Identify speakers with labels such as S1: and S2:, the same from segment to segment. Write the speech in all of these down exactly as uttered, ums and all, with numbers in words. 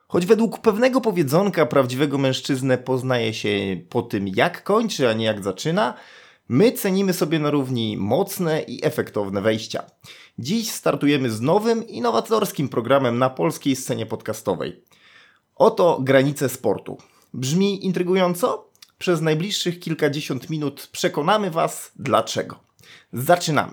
S1: Choć według pewnego powiedzonka prawdziwego mężczyznę poznaje się po tym, jak kończy, a nie jak zaczyna, my cenimy sobie na równi mocne i efektowne wejścia. Dziś startujemy z nowym, innowatorskim programem na polskiej scenie podcastowej. Oto granice sportu. Brzmi intrygująco? Przez najbliższych kilkadziesiąt minut przekonamy Was dlaczego. Zaczynamy!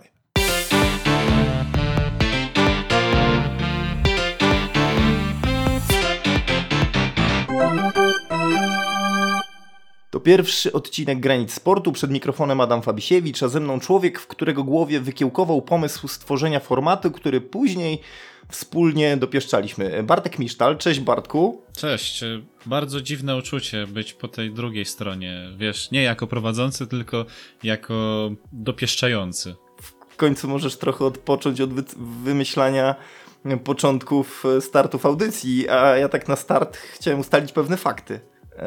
S1: To pierwszy odcinek Granic Sportu. Przed mikrofonem Adam Fabisiewicz, a ze mną człowiek, w którego głowie wykiełkował pomysł stworzenia formatu, który później wspólnie dopieszczaliśmy. Bartek Misztal. Cześć Bartku.
S2: Cześć. Bardzo dziwne uczucie być po tej drugiej stronie. Wiesz, nie jako prowadzący, tylko jako dopieszczający.
S1: W końcu możesz trochę odpocząć od wy- wymyślania początków startów audycji, a ja tak na start chciałem ustalić pewne fakty.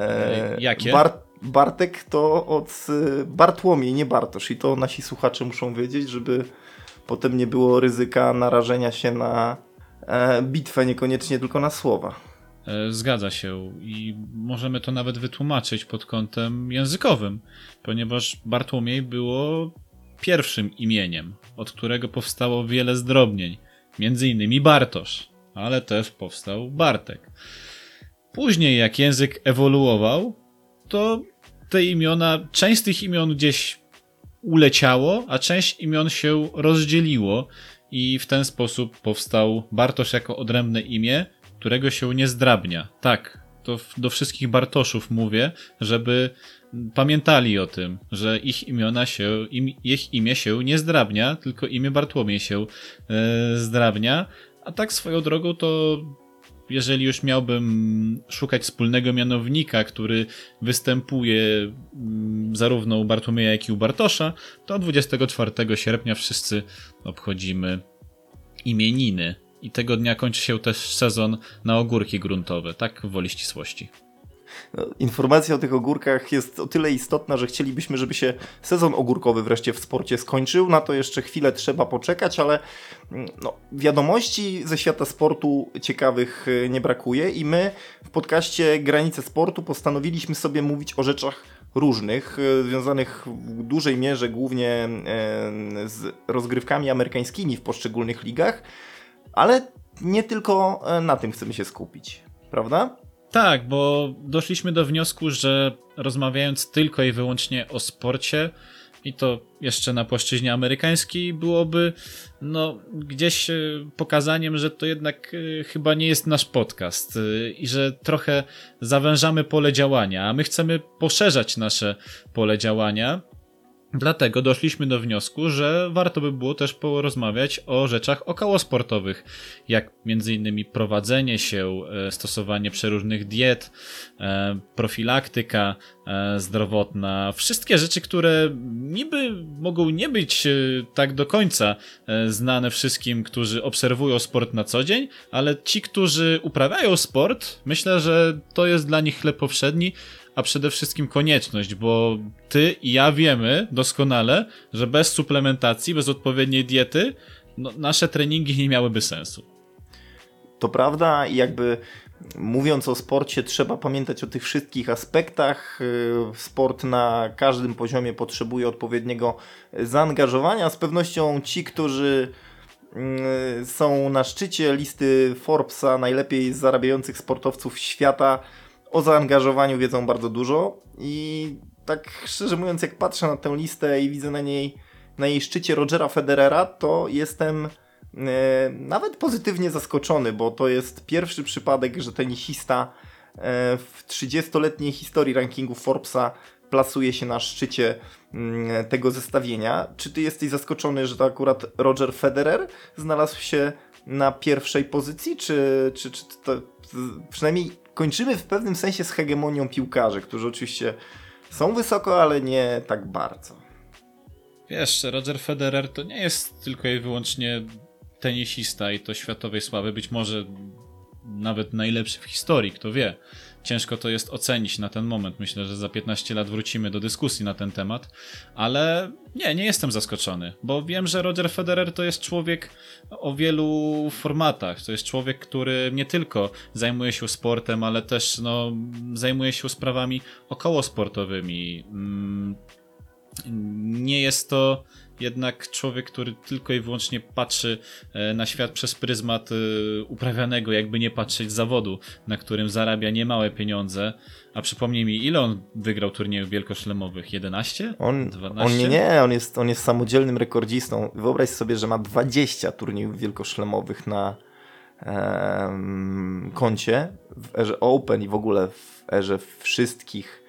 S2: E, Jakie?
S1: Bar- Bartek to od Bartłomiej, nie Bartosz, i to nasi słuchacze muszą wiedzieć, żeby potem nie było ryzyka narażenia się na e, bitwę, niekoniecznie tylko na słowa.
S2: E, zgadza się i możemy to nawet wytłumaczyć pod kątem językowym, ponieważ Bartłomiej było pierwszym imieniem, od którego powstało wiele zdrobnień, między innymi Bartosz, ale też powstał Bartek. Później jak język ewoluował, to te imiona, część z tych imion gdzieś uleciało, a część imion się rozdzieliło i w ten sposób powstał Bartosz jako odrębne imię, którego się nie zdrabnia. Tak, to do wszystkich Bartoszów mówię, żeby pamiętali o tym, że ich imiona się, im, ich imię się nie zdrabnia, tylko imię Bartłomiej się e, zdrabnia, a tak swoją drogą to jeżeli już miałbym szukać wspólnego mianownika, który występuje zarówno u Bartłomieja, jak i u Bartosza, to dwudziestego czwartego sierpnia wszyscy obchodzimy imieniny. I tego dnia kończy się też sezon na ogórki gruntowe, tak w woli ścisłości.
S1: No, informacja o tych ogórkach jest o tyle istotna, że chcielibyśmy, żeby się sezon ogórkowy wreszcie w sporcie skończył. Na to jeszcze chwilę trzeba poczekać, ale no, wiadomości ze świata sportu ciekawych nie brakuje i my w podcaście Granice Sportu postanowiliśmy sobie mówić o rzeczach różnych, związanych w dużej mierze głównie z rozgrywkami amerykańskimi w poszczególnych ligach, ale nie tylko na tym chcemy się skupić, prawda?
S2: Tak, bo doszliśmy do wniosku, że rozmawiając tylko i wyłącznie o sporcie i to jeszcze na płaszczyźnie amerykańskiej byłoby no gdzieś pokazaniem, że to jednak chyba nie jest nasz podcast i że trochę zawężamy pole działania, a my chcemy poszerzać nasze pole działania. Dlatego doszliśmy do wniosku, że warto by było też porozmawiać o rzeczach okołosportowych, jak między innymi prowadzenie się, stosowanie przeróżnych diet, profilaktyka zdrowotna, wszystkie rzeczy, które niby mogą nie być tak do końca znane wszystkim, którzy obserwują sport na co dzień, ale ci, którzy uprawiają sport, myślę, że to jest dla nich chleb powszedni, a przede wszystkim konieczność, bo ty i ja wiemy doskonale, że bez suplementacji, bez odpowiedniej diety, no, nasze treningi nie miałyby sensu.
S1: To prawda i jakby mówiąc o sporcie trzeba pamiętać o tych wszystkich aspektach. Sport na każdym poziomie potrzebuje odpowiedniego zaangażowania. Z pewnością ci, którzy są na szczycie listy Forbesa najlepiej zarabiających sportowców świata, o zaangażowaniu wiedzą bardzo dużo i tak szczerze mówiąc, jak patrzę na tę listę i widzę na niej, na jej szczycie Rogera Federera, to jestem e, nawet pozytywnie zaskoczony, bo to jest pierwszy przypadek, że tenisista e, w trzydziestoletniej historii rankingu Forbesa plasuje się na szczycie m, tego zestawienia. Czy ty jesteś zaskoczony, że to akurat Roger Federer znalazł się na pierwszej pozycji, czy, czy, czy to przynajmniej kończymy w pewnym sensie z hegemonią piłkarzy, którzy oczywiście są wysoko, ale nie tak bardzo.
S2: Wiesz, Roger Federer to nie jest tylko i wyłącznie tenisista i to światowej sławy, być może nawet najlepszy w historii, kto wie. ciężko to jest ocenić na ten moment. Myślę, że za piętnaście lat wrócimy do dyskusji na ten temat, ale nie, nie jestem zaskoczony, bo wiem, że Roger Federer to jest człowiek o wielu formatach. To jest człowiek, który nie tylko zajmuje się sportem, ale też no, zajmuje się sprawami okołosportowymi. Nie jest to jednak człowiek, który tylko i wyłącznie patrzy na świat przez pryzmat uprawianego, jakby nie patrzeć, zawodu, na którym zarabia niemałe pieniądze. A przypomnij mi, ile on wygrał turniejów wielkoszlemowych? jedenaście?
S1: On,
S2: dwanaście?
S1: on nie, nie, on jest, on jest samodzielnym rekordzistą. Wyobraź sobie, że ma dwadzieścia turniejów wielkoszlemowych na em, koncie w erze Open i w ogóle w erze wszystkich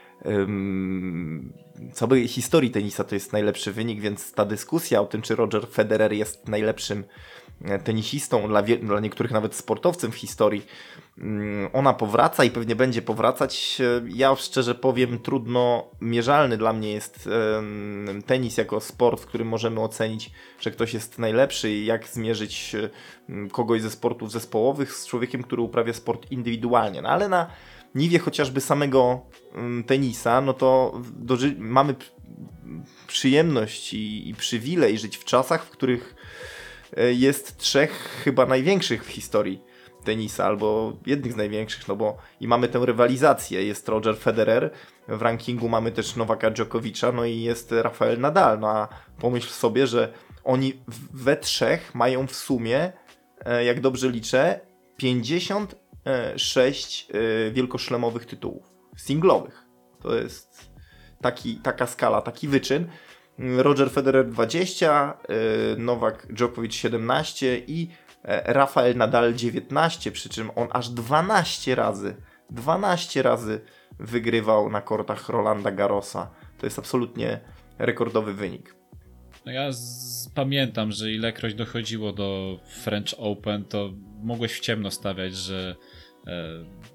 S1: Um, całej historii tenisa to jest najlepszy wynik, więc ta dyskusja o tym, czy Roger Federer jest najlepszym tenisistą, dla, wie- dla niektórych nawet sportowcem w historii, um, ona powraca i pewnie będzie powracać. Ja szczerze powiem, trudno mierzalny dla mnie jest um, tenis jako sport, w którym możemy ocenić, że ktoś jest najlepszy i jak zmierzyć um, kogoś ze sportów zespołowych z człowiekiem, który uprawia sport indywidualnie. No ale na niwie chociażby samego um, tenisa, no to doży- mamy p- przyjemność i, i przywilej żyć w czasach, w których e, jest trzech chyba największych w historii tenisa, albo jednych z największych, no bo i mamy tę rywalizację. Jest Roger Federer, w rankingu mamy też Nowaka Dżokowicza, no i jest Rafael Nadal. No a pomyśl sobie, że oni w- we trzech mają w sumie, e, jak dobrze liczę, pięćdziesiąt sześć wielkoszlemowych tytułów singlowych. To jest taki, taka skala, taki wyczyn. Roger Federer dwadzieścia, Nowak Djokovic siedemnaście i Rafael Nadal dziewiętnaście, przy czym on aż dwanaście razy, dwanaście razy wygrywał na kortach Rolanda Garrosa. To jest absolutnie rekordowy wynik.
S2: No ja z- pamiętam, że ilekroć dochodziło do French Open, to mogłeś w ciemno stawiać, że e,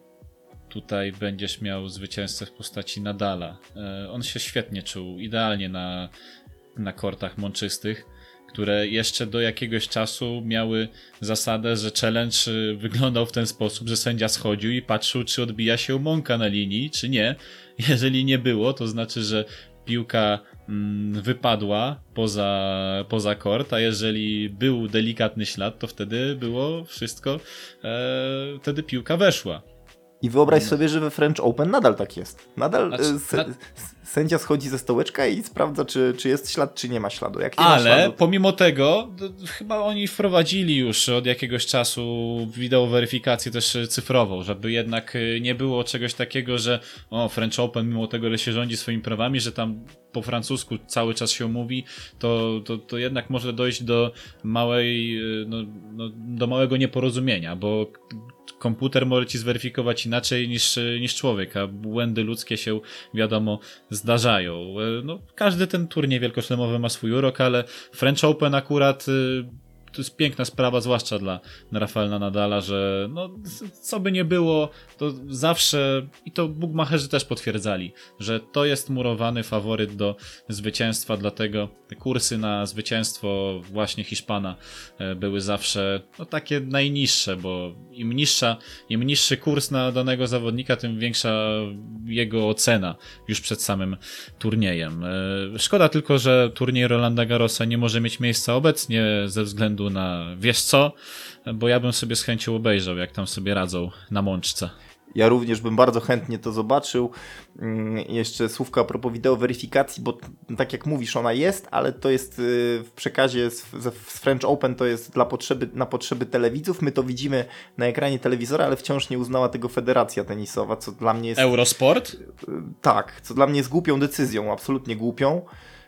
S2: tutaj będziesz miał zwycięzcę w postaci Nadala. E, on się świetnie czuł, idealnie na, na kortach mączystych, które jeszcze do jakiegoś czasu miały zasadę, że challenge wyglądał w ten sposób, że sędzia schodził i patrzył, czy odbija się mąka na linii, czy nie. Jeżeli nie było, to znaczy, że piłka mm, wypadła poza, poza kort, a jeżeli był delikatny ślad, to wtedy było wszystko, e, wtedy piłka weszła.
S1: I wyobraź
S2: No.
S1: sobie, że we French Open nadal tak jest. Nadal
S2: Znaczy,
S1: e, se,
S2: na-
S1: s- sędzia schodzi ze stołeczka i sprawdza, czy, czy jest ślad, czy nie ma śladu. Jak nie ma
S2: Ale
S1: śladu,
S2: pomimo tego, to chyba oni wprowadzili już od jakiegoś czasu wideoweryfikację też cyfrową, żeby jednak y, nie było czegoś takiego, że o, French Open, mimo tego, że się rządzi swoimi prawami, że tam po francusku cały czas się mówi, to, to, to jednak może dojść do małej, y, no, no, do małego nieporozumienia, bo komputer może ci zweryfikować inaczej niż, niż człowiek, a błędy ludzkie się, wiadomo, zdarzają. No, każdy ten turniej wielkoszlemowy ma swój urok, ale French Open akurat to jest piękna sprawa, zwłaszcza dla Rafaela Nadala, że no, co by nie było, to zawsze, i to bookmacherzy też potwierdzali, że to jest murowany faworyt do zwycięstwa, dlatego te kursy na zwycięstwo właśnie Hiszpana były zawsze no, takie najniższe, bo im niższa, im niższy kurs na danego zawodnika, tym większa jego ocena już przed samym turniejem. Szkoda tylko, że turniej Rolanda Garrosa nie może mieć miejsca obecnie ze względu na wiesz co, bo ja bym sobie z chęcią obejrzał, jak tam sobie radzą na mączce.
S1: Ja również bym bardzo chętnie to zobaczył. Jeszcze słówka a propos wideoweryfikacji, bo tak jak mówisz, ona jest, ale to jest w przekazie z French Open, to jest dla potrzeby, na potrzeby telewidzów. My to widzimy na ekranie telewizora, ale wciąż nie uznała tego Federacja Tenisowa, co dla mnie jest...
S2: Eurosport?
S1: Tak, co dla mnie jest głupią decyzją, absolutnie głupią.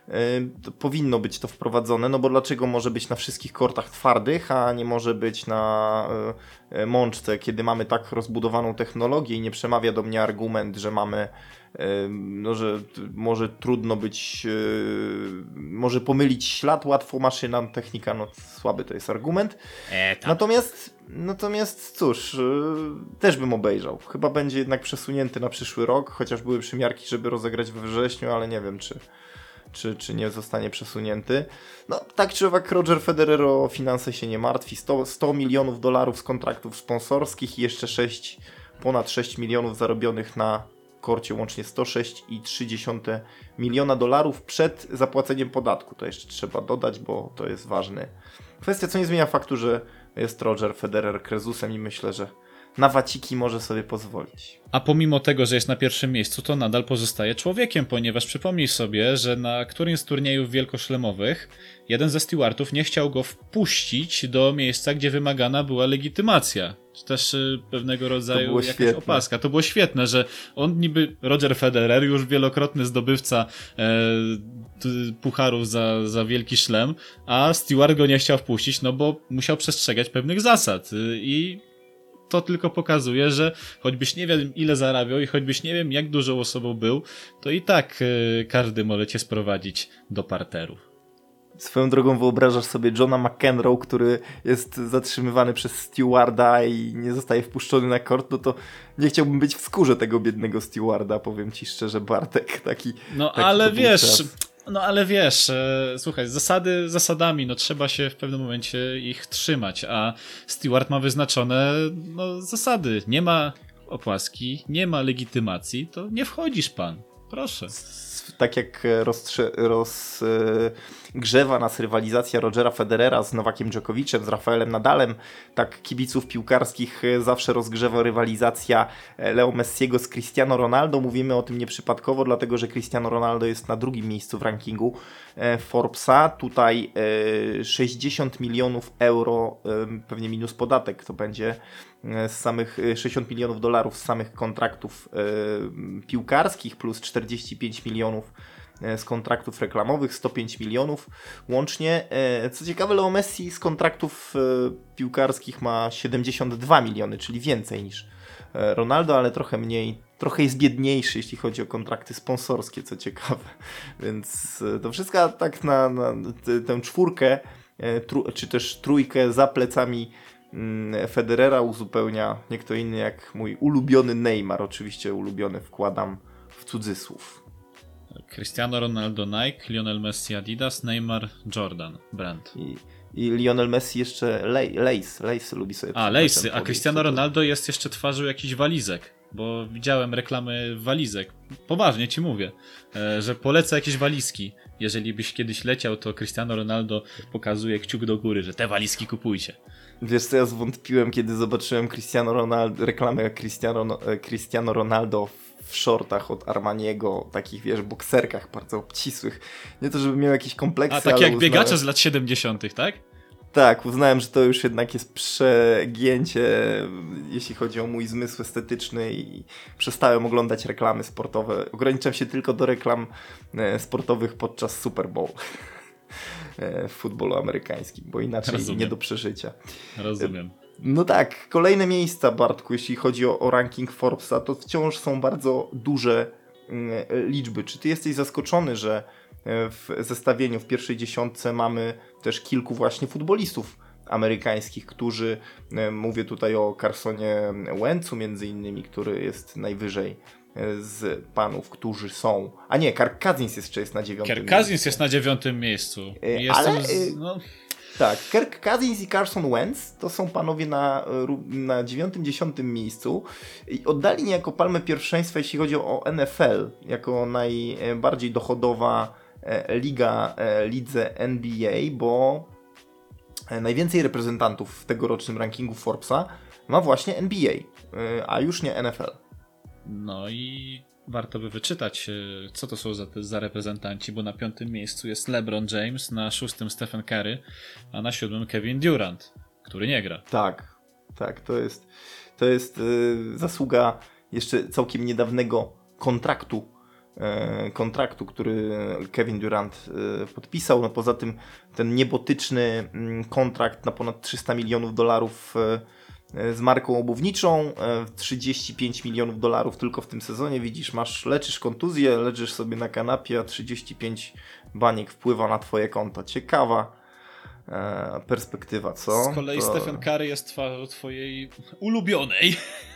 S1: To powinno być to wprowadzone, no bo dlaczego może być na wszystkich kortach twardych, a nie może być na y, mączce, kiedy mamy tak rozbudowaną technologię i nie przemawia do mnie argument, że mamy, y, no że t- może trudno być, y, może pomylić ślad łatwo maszyna, technika, no słaby to jest argument.
S2: E, tak.
S1: Natomiast, natomiast cóż, yy, też bym obejrzał. Chyba będzie jednak przesunięty na przyszły rok, chociaż były przymiarki, żeby rozegrać we wrześniu, ale nie wiem, czy, czy, czy nie zostanie przesunięty. No, tak czy owak Roger Federer o finanse się nie martwi. sto, sto milionów dolarów z kontraktów sponsorskich i jeszcze sześć ponad sześć milionów zarobionych na korcie, łącznie sto sześć przecinek trzy miliona dolarów przed zapłaceniem podatku. To jeszcze trzeba dodać, bo to jest ważne. Kwestia, co nie zmienia faktu, że jest Roger Federer krezusem i myślę, że na waciki może sobie pozwolić.
S2: A pomimo tego, że jest na pierwszym miejscu, to nadal pozostaje człowiekiem, ponieważ przypomnij sobie, że na którymś z turniejów wielkoszlemowych jeden ze stewardów nie chciał go wpuścić do miejsca, gdzie wymagana była legitymacja, czy też y, pewnego rodzaju jakaś
S1: świetne.
S2: opaska. To było świetne, że on niby Roger Federer, już wielokrotny zdobywca e, t, pucharów za, za wielki szlem, a steward go nie chciał wpuścić, no bo musiał przestrzegać pewnych zasad y, i to tylko pokazuje, że choćbyś nie wiem ile zarabiał i choćbyś nie wiem jak dużą osobą był, to i tak y, każdy może cię sprowadzić do parteru.
S1: Swoją drogą wyobrażasz sobie Johna McEnroe, który jest zatrzymywany przez stewarda i nie zostaje wpuszczony na kort, no to nie chciałbym być w skórze tego biednego stewarda, powiem ci szczerze, Bartek. Taki,
S2: no
S1: taki
S2: ale wiesz...
S1: czas.
S2: No ale wiesz, e, słuchaj, zasady zasadami, no trzeba się w pewnym momencie ich trzymać, a steward ma wyznaczone no, zasady. Nie ma opłaski, nie ma legitymacji, to nie wchodzisz pan. Proszę.
S1: Tak jak rozgrzewa nas rywalizacja Rogera Federera z Nowakiem Dżokowiczem, z Rafaelem Nadalem, tak kibiców piłkarskich zawsze rozgrzewa rywalizacja Leo Messiego z Cristiano Ronaldo. Mówimy o tym nieprzypadkowo, dlatego że Cristiano Ronaldo jest na drugim miejscu w rankingu Forbesa. Tutaj sześćdziesiąt milionów euro, pewnie minus podatek, to będzie z samych sześćdziesiąt milionów dolarów z samych kontraktów e, piłkarskich plus czterdzieści pięć milionów z kontraktów reklamowych, sto pięć milionów łącznie. E, co ciekawe, Leo Messi z kontraktów e, piłkarskich ma siedemdziesiąt dwa miliony, czyli więcej niż e, Ronaldo, ale trochę mniej, trochę jest biedniejszy, jeśli chodzi o kontrakty sponsorskie, co ciekawe. Więc e, to wszystko tak na, na t, tę czwórkę, e, tru, czy też trójkę za plecami Federera uzupełnia nie kto inny jak mój ulubiony Neymar. Oczywiście ulubiony wkładam w cudzysłów.
S2: Cristiano Ronaldo Nike, Lionel Messi Adidas, Neymar Jordan brand.
S1: I, i Lionel Messi jeszcze Lace, Lace lubi sobie.
S2: A, Lace, a Cristiano Ronaldo jest jeszcze twarzą jakichś walizek, bo widziałem reklamy walizek. Poważnie ci mówię, że polecę jakieś walizki. Jeżeli byś kiedyś leciał, to Cristiano Ronaldo pokazuje kciuk do góry, że te walizki kupujcie.
S1: Wiesz co, ja zwątpiłem, kiedy zobaczyłem Cristiano Ronaldo, reklamę Cristiano, Cristiano Ronaldo w shortach od Armaniego, takich wiesz, bokserkach bardzo obcisłych. Nie to, żeby miał jakieś kompleksy,
S2: A tak
S1: ale
S2: jak
S1: uznałem...
S2: biegacze z lat siedemdziesiątych, tak?
S1: Tak, uznałem, że to już jednak jest przegięcie, jeśli chodzi o mój zmysł estetyczny i przestałem oglądać reklamy sportowe. Ograniczam się tylko do reklam sportowych podczas Super Bowl w futbolu amerykańskim, bo inaczej
S2: Rozumiem.
S1: nie do przeżycia.
S2: Rozumiem.
S1: No tak, kolejne miejsca, Bartku, jeśli chodzi o, o ranking Forbesa, to wciąż są bardzo duże mm, liczby. Czy ty jesteś zaskoczony, że w zestawieniu w pierwszej dziesiątce mamy też kilku właśnie futbolistów amerykańskich, którzy, mówię tutaj o Carsonie Wentzu między innymi, który jest najwyżej z panów, którzy są... A nie, Kirk Cousins jeszcze jest na dziewiątym
S2: Kirk
S1: miejscu.
S2: Cousins jest na dziewiątym miejscu.
S1: E,
S2: Jestem
S1: ale,
S2: z, no...
S1: Tak, Kirk Cousins i Carson Wentz to są panowie na, na dziewiątym, dziesiątym miejscu i oddali niejako palmę pierwszeństwa, jeśli chodzi o N F L, jako najbardziej dochodowa liga lidze N B A, bo najwięcej reprezentantów w tegorocznym rankingu Forbesa ma właśnie N B A, a już nie N F L.
S2: No i warto by wyczytać, co to są za, za reprezentanci, bo na piątym miejscu jest LeBron James, na szóstym Stephen Curry, a na siódmym Kevin Durant, który nie gra.
S1: Tak, tak, to jest, to jest yy, zasługa jeszcze całkiem niedawnego kontraktu, yy, kontraktu, który Kevin Durant yy, podpisał. No poza tym ten niebotyczny yy, kontrakt na ponad trzysta milionów dolarów yy, z marką obuwniczą, trzydzieści pięć milionów dolarów tylko w tym sezonie. Widzisz, masz, leczysz kontuzję, leżysz sobie na kanapie, a trzydzieści pięć baniek wpływa na twoje konto. Ciekawa e, perspektywa, co?
S2: Z kolei
S1: to...
S2: Stephen Curry jest twarzą twojej ulubionej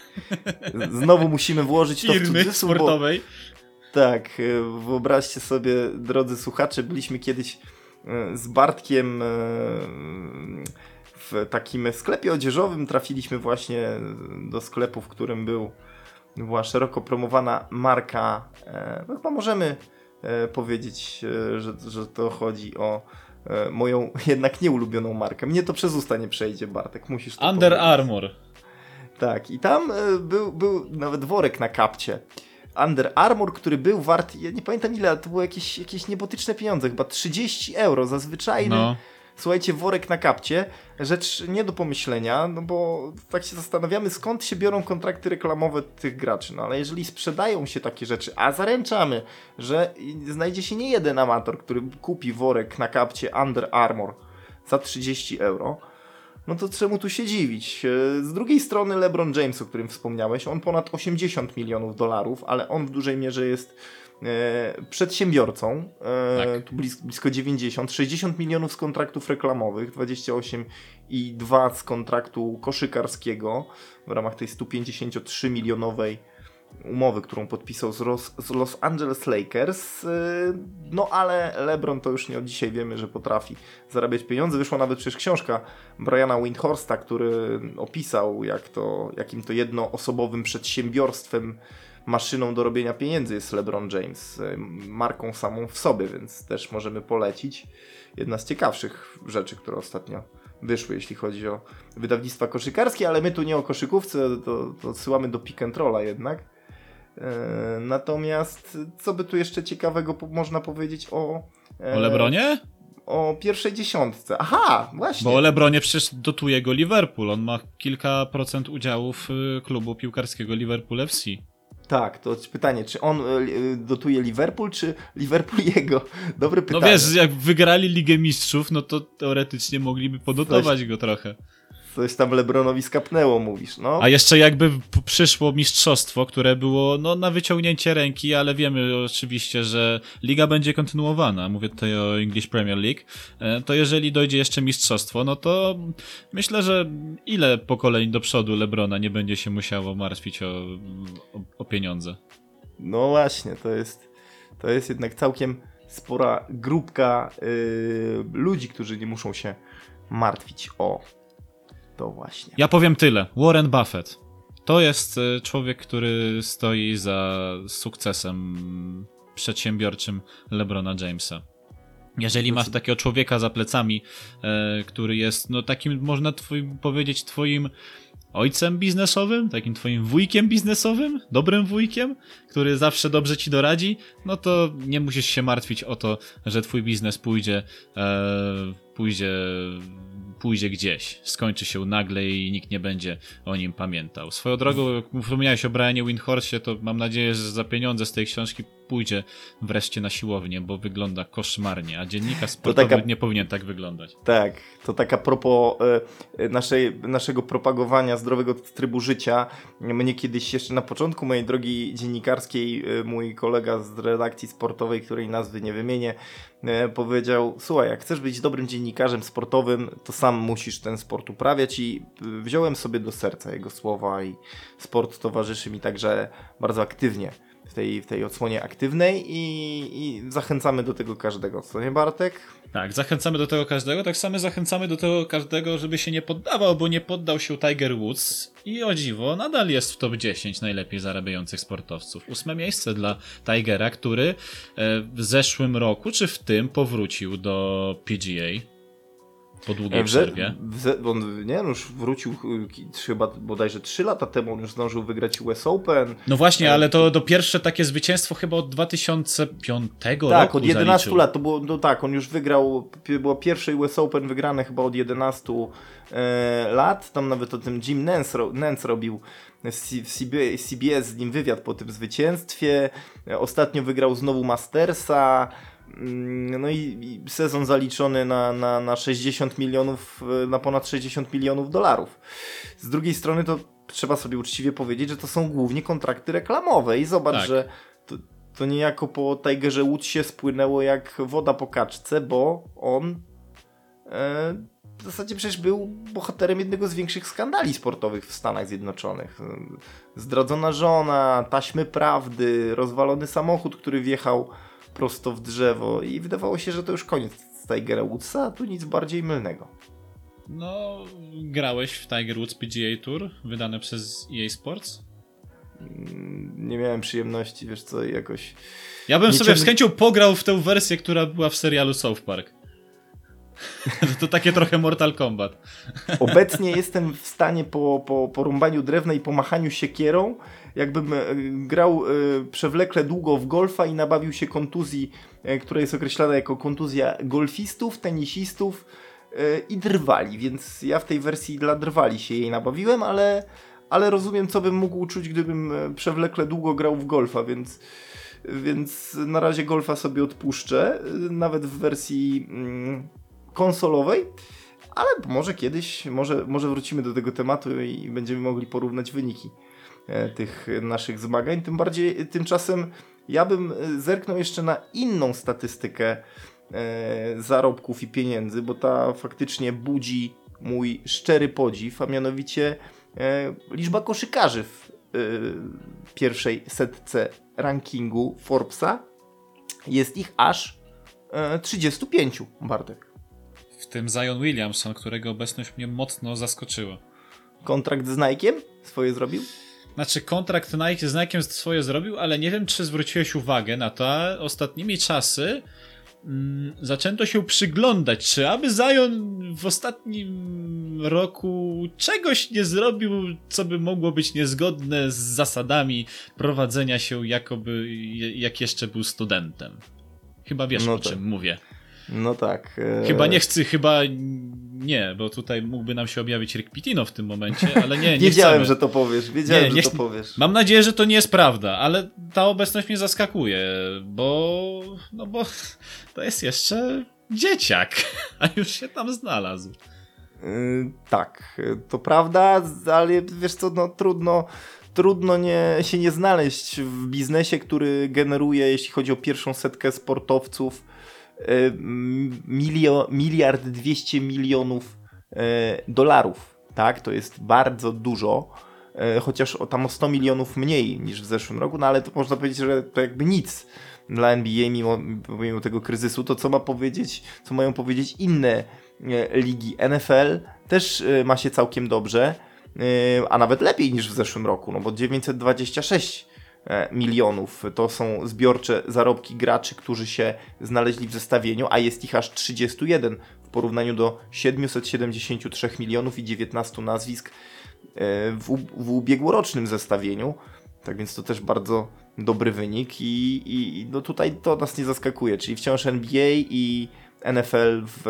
S1: Znowu musimy włożyć to w
S2: firmy
S1: cudzysłów,
S2: sportowej.
S1: Bo... Tak, wyobraźcie sobie, drodzy słuchacze, byliśmy kiedyś z Bartkiem w takim sklepie odzieżowym trafiliśmy właśnie do sklepu, w którym był, była szeroko promowana marka, e, no chyba możemy e, powiedzieć, e, że, że to chodzi o e, moją jednak nieulubioną markę. Mnie to przez usta nie przejdzie, Bartek, musisz to
S2: Under
S1: powiedzieć.
S2: Armour.
S1: Tak, i tam e, był, był nawet worek na kapcie. Under Armour, który był wart, ja nie pamiętam ile, ale to były jakieś, jakieś niebotyczne pieniądze, chyba trzydzieści euro za zwyczajny,
S2: No.
S1: słuchajcie, worek na kapcie. Rzecz nie do pomyślenia, no bo tak się zastanawiamy, skąd się biorą kontrakty reklamowe tych graczy. No ale jeżeli sprzedają się takie rzeczy, a zaręczamy, że znajdzie się nie jeden amator, który kupi worek na kapcie Under Armour za trzydzieści euro, no to czemu tu się dziwić? Z drugiej strony LeBron James, o którym wspomniałeś, on ponad osiemdziesiąt milionów dolarów, ale on w dużej mierze jest e, przedsiębiorcą, e,
S2: Tak.
S1: tu blis, blisko dziewięćdziesiąt, sześćdziesiąt milionów z kontraktów reklamowych, dwadzieścia osiem i dwa z kontraktu koszykarskiego w ramach tej sto pięćdziesiąt trzy milionowej umowy, którą podpisał z, Ros, z Los Angeles Lakers. No ale LeBron to już nie od dzisiaj wiemy, że potrafi zarabiać pieniądze. Wyszła nawet przecież książka Briana Windhorsta, który opisał, jak to, jakim to jednoosobowym przedsiębiorstwem, maszyną do robienia pieniędzy jest LeBron James. Marką samą w sobie, więc też możemy polecić. Jedna z ciekawszych rzeczy, które ostatnio wyszły, jeśli chodzi o wydawnictwa koszykarskie, ale my tu nie o koszykówce, to, to odsyłamy do pick and rolla jednak. E, natomiast co by tu jeszcze ciekawego po, można powiedzieć o... E,
S2: O LeBronie?
S1: O pierwszej dziesiątce. Aha, właśnie.
S2: Bo o LeBronie przecież dotuje go Liverpool. On ma kilka procent udziałów y, klubu piłkarskiego Liverpool F C.
S1: Tak, to pytanie, czy on y, dotuje Liverpool, czy Liverpool jego? Dobre pytanie.
S2: No wiesz, jak wygrali Ligę Mistrzów, no to teoretycznie mogliby podotować Coś... go trochę.
S1: Coś tam LeBronowi skapnęło, mówisz, no.
S2: A jeszcze jakby przyszło mistrzostwo, które było no, na wyciągnięcie ręki, ale wiemy oczywiście, że liga będzie kontynuowana, mówię tutaj o English Premier League, to jeżeli dojdzie jeszcze mistrzostwo, no to myślę, że ile pokoleń do przodu LeBrona nie będzie się musiało martwić o, o, o pieniądze.
S1: No właśnie, to jest, to jest jednak całkiem spora grupka yy, ludzi, którzy nie muszą się martwić o to właśnie.
S2: Ja powiem tyle. Warren Buffett. To jest człowiek, który stoi za sukcesem przedsiębiorczym LeBrona Jamesa. Jeżeli masz takiego człowieka za plecami, e, który jest no takim, można twój, powiedzieć, twoim ojcem biznesowym, takim twoim wujkiem biznesowym, dobrym wujkiem, który zawsze dobrze ci doradzi, no to nie musisz się martwić o to, że twój biznes pójdzie, e, pójdzie pójdzie gdzieś, skończy się nagle i nikt nie będzie o nim pamiętał. Swoją drogą, jak wspomniałeś o Brianie Windhorście, to mam nadzieję, że za pieniądze z tej książki pójdzie wreszcie na siłownię, bo wygląda koszmarnie, a dziennikarz sportowy taka... nie powinien tak wyglądać.
S1: Tak, to tak a propos y, naszej, naszego propagowania zdrowego trybu życia. Mnie kiedyś jeszcze na początku mojej drogi dziennikarskiej y, mój kolega z redakcji sportowej, której nazwy nie wymienię, y, powiedział: słuchaj, jak chcesz być dobrym dziennikarzem sportowym, to sam musisz ten sport uprawiać, i y, wziąłem sobie do serca jego słowa i sport towarzyszy mi także bardzo aktywnie w tej, w tej odsłonie aktywnej i, i zachęcamy do tego każdego, co nie, Bartek?
S2: Tak, zachęcamy do tego każdego, tak samo zachęcamy do tego każdego, żeby się nie poddawał, bo nie poddał się Tiger Woods i o dziwo nadal jest w top dziesięć najlepiej zarabiających sportowców. Ósme miejsce dla Tigera, który w zeszłym roku, czy w tym, powrócił do P G A. Po długiej przerwie.
S1: On, nie, on już wrócił chyba bodajże trzy lata temu, on już zdążył wygrać U S Open.
S2: No właśnie, ale to do pierwsze takie zwycięstwo chyba od dwa tysiące piątego tak, roku
S1: Tak, od jedenastu
S2: zaliczył.
S1: lat, to było, no tak, on już wygrał, było pierwsze U S Open wygrane chyba od jedenastu e, lat, tam nawet o tym Jim Nance, Nance robił w C B S z nim wywiad po tym zwycięstwie. Ostatnio wygrał znowu Mastersa. No i, i sezon zaliczony na, na, na sześćdziesiąt milionów, na ponad sześćdziesiąt milionów dolarów. Z drugiej strony to trzeba sobie uczciwie powiedzieć, że to są głównie kontrakty reklamowe i zobacz, tak. że to, to niejako po Tigerze Woodsie spłynęło jak woda po kaczce, bo on e, w zasadzie przecież był bohaterem jednego z większych skandali sportowych w Stanach Zjednoczonych. Zdradzona żona, taśmy prawdy, rozwalony samochód, który wjechał prosto w drzewo i wydawało się, że to już koniec z Tigera Woodsa, a tu nic bardziej mylnego.
S2: No, grałeś w Tiger Woods P G A Tour, wydane przez E A Sports?
S1: Nie miałem przyjemności, wiesz co, jakoś...
S2: Ja bym
S1: Niczym...
S2: sobie z chęcią pograł w tę wersję, która była w serialu South Park. To takie trochę Mortal Kombat.
S1: Obecnie jestem w stanie po, po, po rąbaniu drewna i pomachaniu siekierą, jakbym grał y, przewlekle długo w golfa i nabawił się kontuzji, y, która jest określana jako kontuzja golfistów, tenisistów y, i drwali, więc ja w tej wersji dla drwali się jej nabawiłem, ale, ale rozumiem, co bym mógł czuć, gdybym przewlekle długo grał w golfa, więc, więc na razie golfa sobie odpuszczę, y, nawet w wersji y, konsolowej. Ale może kiedyś, może, może wrócimy do tego tematu i będziemy mogli porównać wyniki e, tych naszych zmagań. Tym bardziej, tymczasem ja bym zerknął jeszcze na inną statystykę e, zarobków i pieniędzy, bo ta faktycznie budzi mój szczery podziw, a mianowicie e, liczba koszykarzy w e, pierwszej setce rankingu Forbesa. Jest ich aż e, trzydziestu pięciu, Bartek.
S2: W tym Zion Williamson, którego obecność mnie mocno zaskoczyła.
S1: Kontrakt z Nike'iem swoje zrobił?
S2: Znaczy kontrakt Nike, z Nike'iem swoje zrobił, ale nie wiem, czy zwróciłeś uwagę na to, a ostatnimi czasy mm, zaczęto się przyglądać, czy aby Zion w ostatnim roku czegoś nie zrobił, co by mogło być niezgodne z zasadami prowadzenia się, jakoby jak jeszcze był studentem. Chyba wiesz,
S1: no
S2: o
S1: tak.
S2: czym mówię.
S1: No tak. E...
S2: Chyba nie chcę, chyba nie, bo tutaj mógłby nam się objawić Rick Pitino w tym momencie, ale nie, nie
S1: Wiedziałem,
S2: chcemy.
S1: że to powiesz, wiedziałem,
S2: nie,
S1: że
S2: nie
S1: to
S2: ch-
S1: powiesz.
S2: Mam nadzieję, że to nie jest prawda, ale ta obecność mnie zaskakuje, bo no bo to jest jeszcze dzieciak, a już się tam znalazł.
S1: Yy, tak, to prawda, ale wiesz co, no trudno... Trudno nie, się nie znaleźć w biznesie, który generuje, jeśli chodzi o pierwszą setkę sportowców, milio, miliard dwieście milionów dolarów. Tak? To jest bardzo dużo, chociaż o, tam o sto milionów mniej niż w zeszłym roku, no ale to można powiedzieć, że to jakby nic dla N B A mimo, mimo tego kryzysu. To co ma powiedzieć, co mają powiedzieć inne ligi. N F L też ma się całkiem dobrze, a nawet lepiej niż w zeszłym roku, no bo dziewięćset dwadzieścia sześć milionów to są zbiorcze zarobki graczy, którzy się znaleźli w zestawieniu, a jest ich aż trzydzieści jeden w porównaniu do siedemset siedemdziesiąt trzy milionów i dziewiętnaście nazwisk w, w ubiegłorocznym zestawieniu. Tak więc to też bardzo dobry wynik i, i no tutaj to nas nie zaskakuje, czyli wciąż N B A i N F L w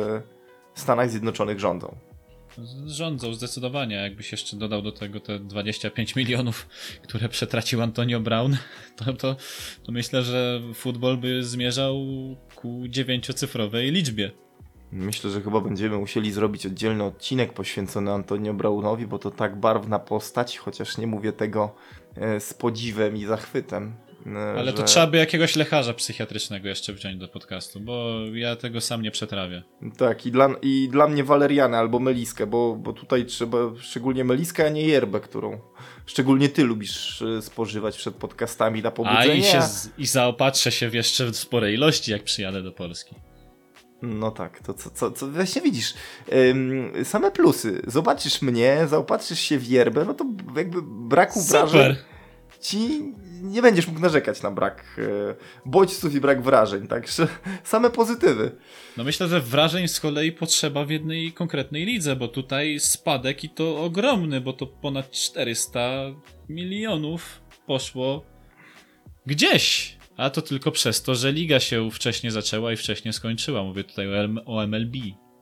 S1: Stanach Zjednoczonych rządzą.
S2: Rządzą zdecydowanie, jakbyś jeszcze dodał do tego te dwadzieścia pięć milionów, które przetracił Antonio Brown, to, to, to myślę, że futbol by zmierzał ku dziewięciocyfrowej liczbie.
S1: Myślę, że chyba będziemy musieli zrobić oddzielny odcinek poświęcony Antonio Brownowi, bo to tak barwna postać, chociaż nie mówię tego z podziwem i zachwytem.
S2: Ale
S1: że...
S2: to trzeba by jakiegoś lekarza psychiatrycznego jeszcze wziąć do podcastu, bo ja tego sam nie przetrawię.
S1: Tak, i dla, i dla mnie walerianę albo meliskę, bo, bo tutaj trzeba szczególnie meliskę, a nie yerbę, którą szczególnie ty lubisz spożywać przed podcastami na pobudzenie.
S2: A i, się z, i zaopatrzę się w jeszcze w sporej ilości, jak przyjadę do Polski.
S1: No tak, to co, co, co właśnie widzisz, ym, same plusy. Zobaczysz mnie, zaopatrzysz się w yerbę, no to jakby braku
S2: Super.
S1: wrażeń ci nie będziesz mógł narzekać na brak e, bodźców i brak wrażeń, także same pozytywy.
S2: No myślę, że wrażeń z kolei potrzeba w jednej konkretnej lidze, bo tutaj spadek i to ogromny, bo to ponad czterysta milionów poszło gdzieś. A to tylko przez to, że liga się wcześniej zaczęła i wcześniej skończyła. Mówię tutaj o M L B.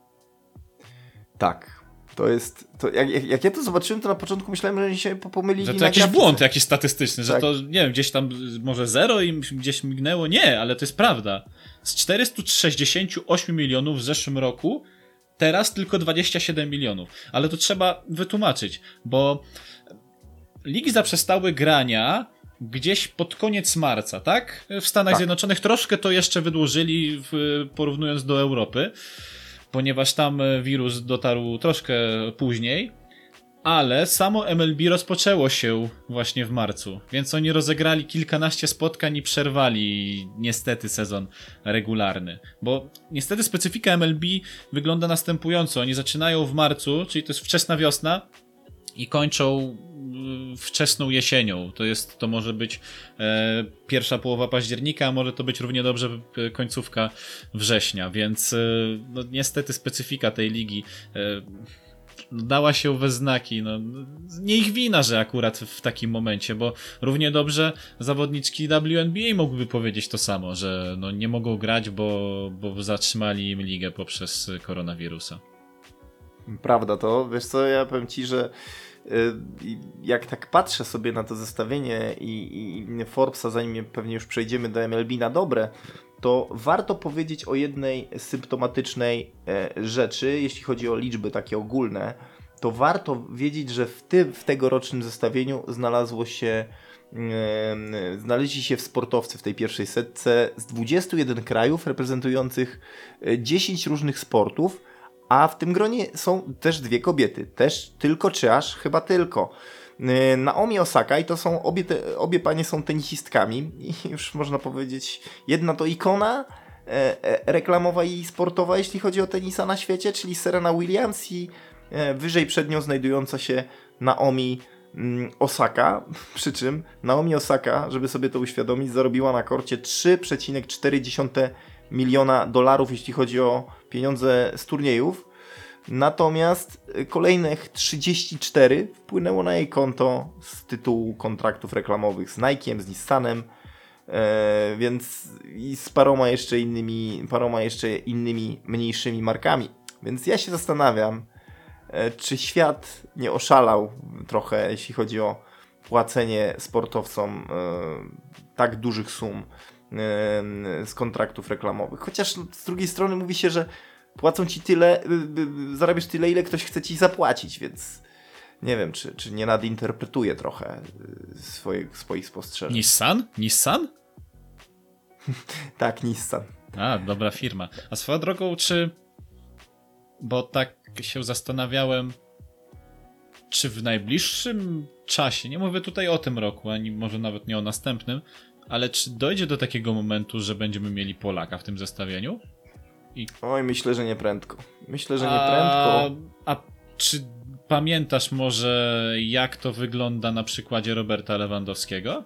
S1: Tak. To jest, to jak, jak, jak ja to zobaczyłem, to na początku myślałem, że oni się pomylili.
S2: Że to
S1: na
S2: jakiś
S1: grafice.
S2: błąd jakiś statystyczny, że
S1: tak.
S2: to, nie wiem, gdzieś tam może zero im gdzieś mignęło. Nie, ale to jest prawda. Z czterysta sześćdziesiąt osiem milionów w zeszłym roku, teraz tylko dwadzieścia siedem milionów. Ale to trzeba wytłumaczyć, bo ligi zaprzestały grania gdzieś pod koniec marca, tak? W Stanach
S1: tak.
S2: Zjednoczonych troszkę to jeszcze wydłużyli, w, porównując do Europy, ponieważ tam wirus dotarł troszkę później, Ale samo M L B rozpoczęło się właśnie w marcu, więc oni rozegrali kilkanaście spotkań i przerwali niestety sezon regularny. Bo niestety specyfika M L B wygląda następująco. Oni zaczynają w marcu, czyli to jest wczesna wiosna i kończą wczesną jesienią. To jest, to może być e, pierwsza połowa października, a może to być równie dobrze końcówka września, więc e, no, niestety specyfika tej ligi e, dała się we znaki. No, nie ich wina, że akurat w takim momencie, bo równie dobrze zawodniczki W N B A mogłyby powiedzieć to samo, że no, nie mogą grać, bo, bo zatrzymali im ligę poprzez koronawirusa.
S1: Prawda to. Wiesz co, ja powiem ci, że jak tak patrzę sobie na to zestawienie i, i Forbesa, zanim pewnie już przejdziemy do M L B na dobre, to warto powiedzieć o jednej symptomatycznej rzeczy, jeśli chodzi o liczby takie ogólne, to warto wiedzieć, że w, tym, w tegorocznym zestawieniu znalazło się, yy, znaleźli się sportowcy w tej pierwszej setce z dwudziestu jeden krajów reprezentujących dziesięć różnych sportów, a w tym gronie są też dwie kobiety, też tylko czy aż chyba tylko. Naomi Osaka i to są obie, te, obie panie są tenisistkami i już można powiedzieć, jedna to ikona e, e, reklamowa i sportowa, jeśli chodzi o tenisa na świecie, czyli Serena Williams i e, wyżej przed nią znajdująca się Naomi mm, Osaka, przy czym Naomi Osaka, żeby sobie to uświadomić, zarobiła na korcie trzy przecinek cztery miliona dolarów, jeśli chodzi o pieniądze z turniejów. Natomiast kolejnych trzydzieści cztery wpłynęło na jej konto z tytułu kontraktów reklamowych z Nike'em, z Nissanem, e, więc i z paroma jeszcze innymi, paroma jeszcze innymi mniejszymi markami. Więc ja się zastanawiam, e, czy świat nie oszalał trochę, jeśli chodzi o płacenie sportowcom e, tak dużych sum e, z kontraktów reklamowych. Chociaż no, z drugiej strony mówi się, że płacą ci tyle, zarabiasz tyle, ile ktoś chce ci zapłacić, więc nie wiem, czy, czy nie nadinterpretuję trochę swoich, swoich spostrzeżeń.
S2: Nissan? Nissan?
S1: Tak, Nissan.
S2: A, dobra firma. A swoją drogą, czy... Bo tak się zastanawiałem, czy w najbliższym czasie, nie mówię tutaj o tym roku, ani może nawet nie o następnym, ale czy dojdzie do takiego momentu, że będziemy mieli Polaka w tym zestawieniu? I...
S1: Oj, myślę, że nie prędko. Myślę, że nie
S2: a,
S1: prędko.
S2: A czy pamiętasz może, jak to wygląda na przykładzie Roberta Lewandowskiego?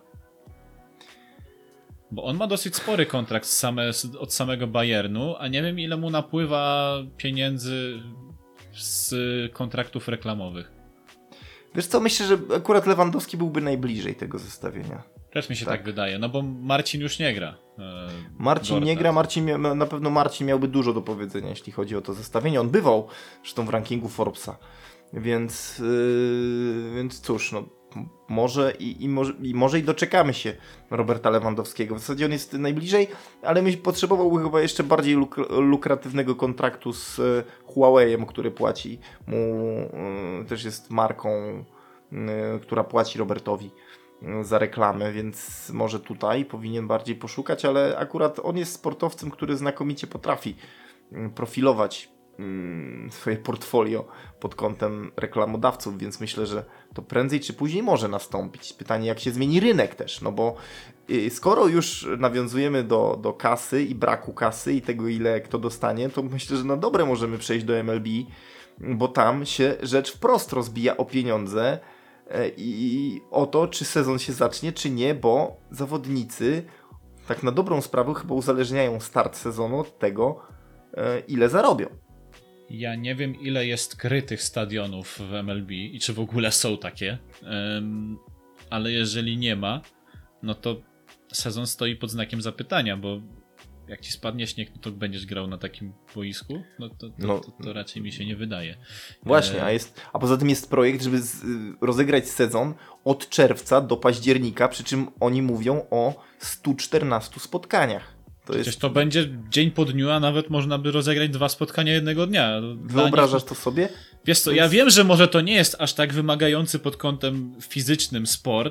S2: Bo on ma dosyć spory kontrakt z same, od samego Bayernu, a nie wiem, ile mu napływa pieniędzy z kontraktów reklamowych.
S1: Wiesz co, myślę, że akurat Lewandowski byłby najbliżej tego zestawienia.
S2: Też mi się tak,
S1: tak
S2: wydaje, no bo Marcin już nie gra. E,
S1: Marcin
S2: Gortat.
S1: nie gra, Marcin mia- na pewno Marcin miałby dużo do powiedzenia, jeśli chodzi o to zestawienie. On bywał zresztą w rankingu Forbesa, więc, yy, więc cóż, no może i, i, może, i może i doczekamy się Roberta Lewandowskiego. W zasadzie on jest najbliżej, ale my potrzebowałby chyba jeszcze bardziej luk- lukratywnego kontraktu z y, Huawei'em, który płaci mu, y, też jest marką, y, która płaci Robertowi za reklamę, więc może tutaj powinien bardziej poszukać, ale akurat on jest sportowcem, który znakomicie potrafi profilować swoje portfolio pod kątem reklamodawców, więc myślę, że to prędzej czy później może nastąpić. Pytanie, jak się zmieni rynek też, no bo skoro już nawiązujemy do, do kasy i braku kasy i tego, ile kto dostanie, to myślę, że na dobre możemy przejść do M L B, bo tam się rzecz wprost rozbija o pieniądze i o to, czy sezon się zacznie, czy nie, bo zawodnicy tak na dobrą sprawę chyba uzależniają start sezonu od tego, ile zarobią.
S2: Ja nie wiem, ile jest krytych stadionów w M L B i czy w ogóle są takie, um, ale jeżeli nie ma, no to sezon stoi pod znakiem zapytania, bo jak ci spadnie śnieg, no to będziesz grał na takim boisku? No to, to,
S1: no,
S2: to, to raczej mi się nie wydaje.
S1: Właśnie, a, jest, a poza tym jest projekt, żeby z, rozegrać sezon od czerwca do października, przy czym oni mówią o stu czternastu spotkaniach. To
S2: Przecież
S1: jest...
S2: to będzie dzień po dniu, a nawet można by rozegrać dwa spotkania jednego dnia. Dla
S1: Wyobrażasz
S2: nich...
S1: to sobie?
S2: Wiesz co, ja wiem, że może to nie jest aż tak wymagający pod kątem fizycznym sport,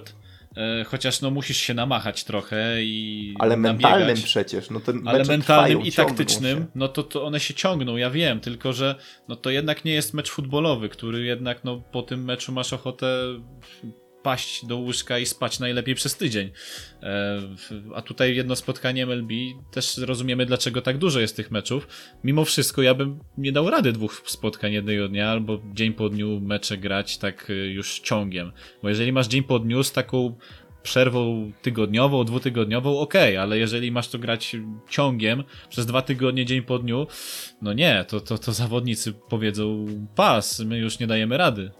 S2: chociaż no musisz się namachać trochę i
S1: Ale
S2: nabiegać.
S1: mentalnym przecież, no ten
S2: Ale mentalnym i
S1: trwają,
S2: taktycznym,
S1: się.
S2: no to, to one się ciągną, ja wiem, tylko że no to jednak nie jest mecz futbolowy, który jednak no po tym meczu masz ochotę paść do łóżka i spać najlepiej przez tydzień. E, a tutaj jedno spotkanie M L B, też rozumiemy, dlaczego tak dużo jest tych meczów. Mimo wszystko ja bym nie dał rady dwóch spotkań jednego dnia, albo dzień po dniu mecze grać tak już ciągiem. Bo jeżeli masz dzień po dniu z taką przerwą tygodniową, dwutygodniową, okej, okay, ale jeżeli masz to grać ciągiem przez dwa tygodnie, dzień po dniu, no nie, to, to, to zawodnicy powiedzą pas, my już nie dajemy rady.